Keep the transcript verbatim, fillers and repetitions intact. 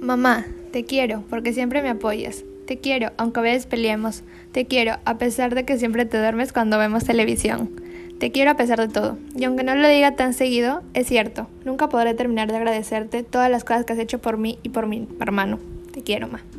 Mamá, te quiero porque siempre me apoyas. Te quiero aunque a veces peleemos. Te quiero a pesar de que siempre te duermes cuando vemos televisión. Te quiero a pesar de todo. Y aunque no lo diga tan seguido, es cierto. Nunca podré terminar de agradecerte todas las cosas que has hecho por mí y por mi hermano. Te quiero, ma.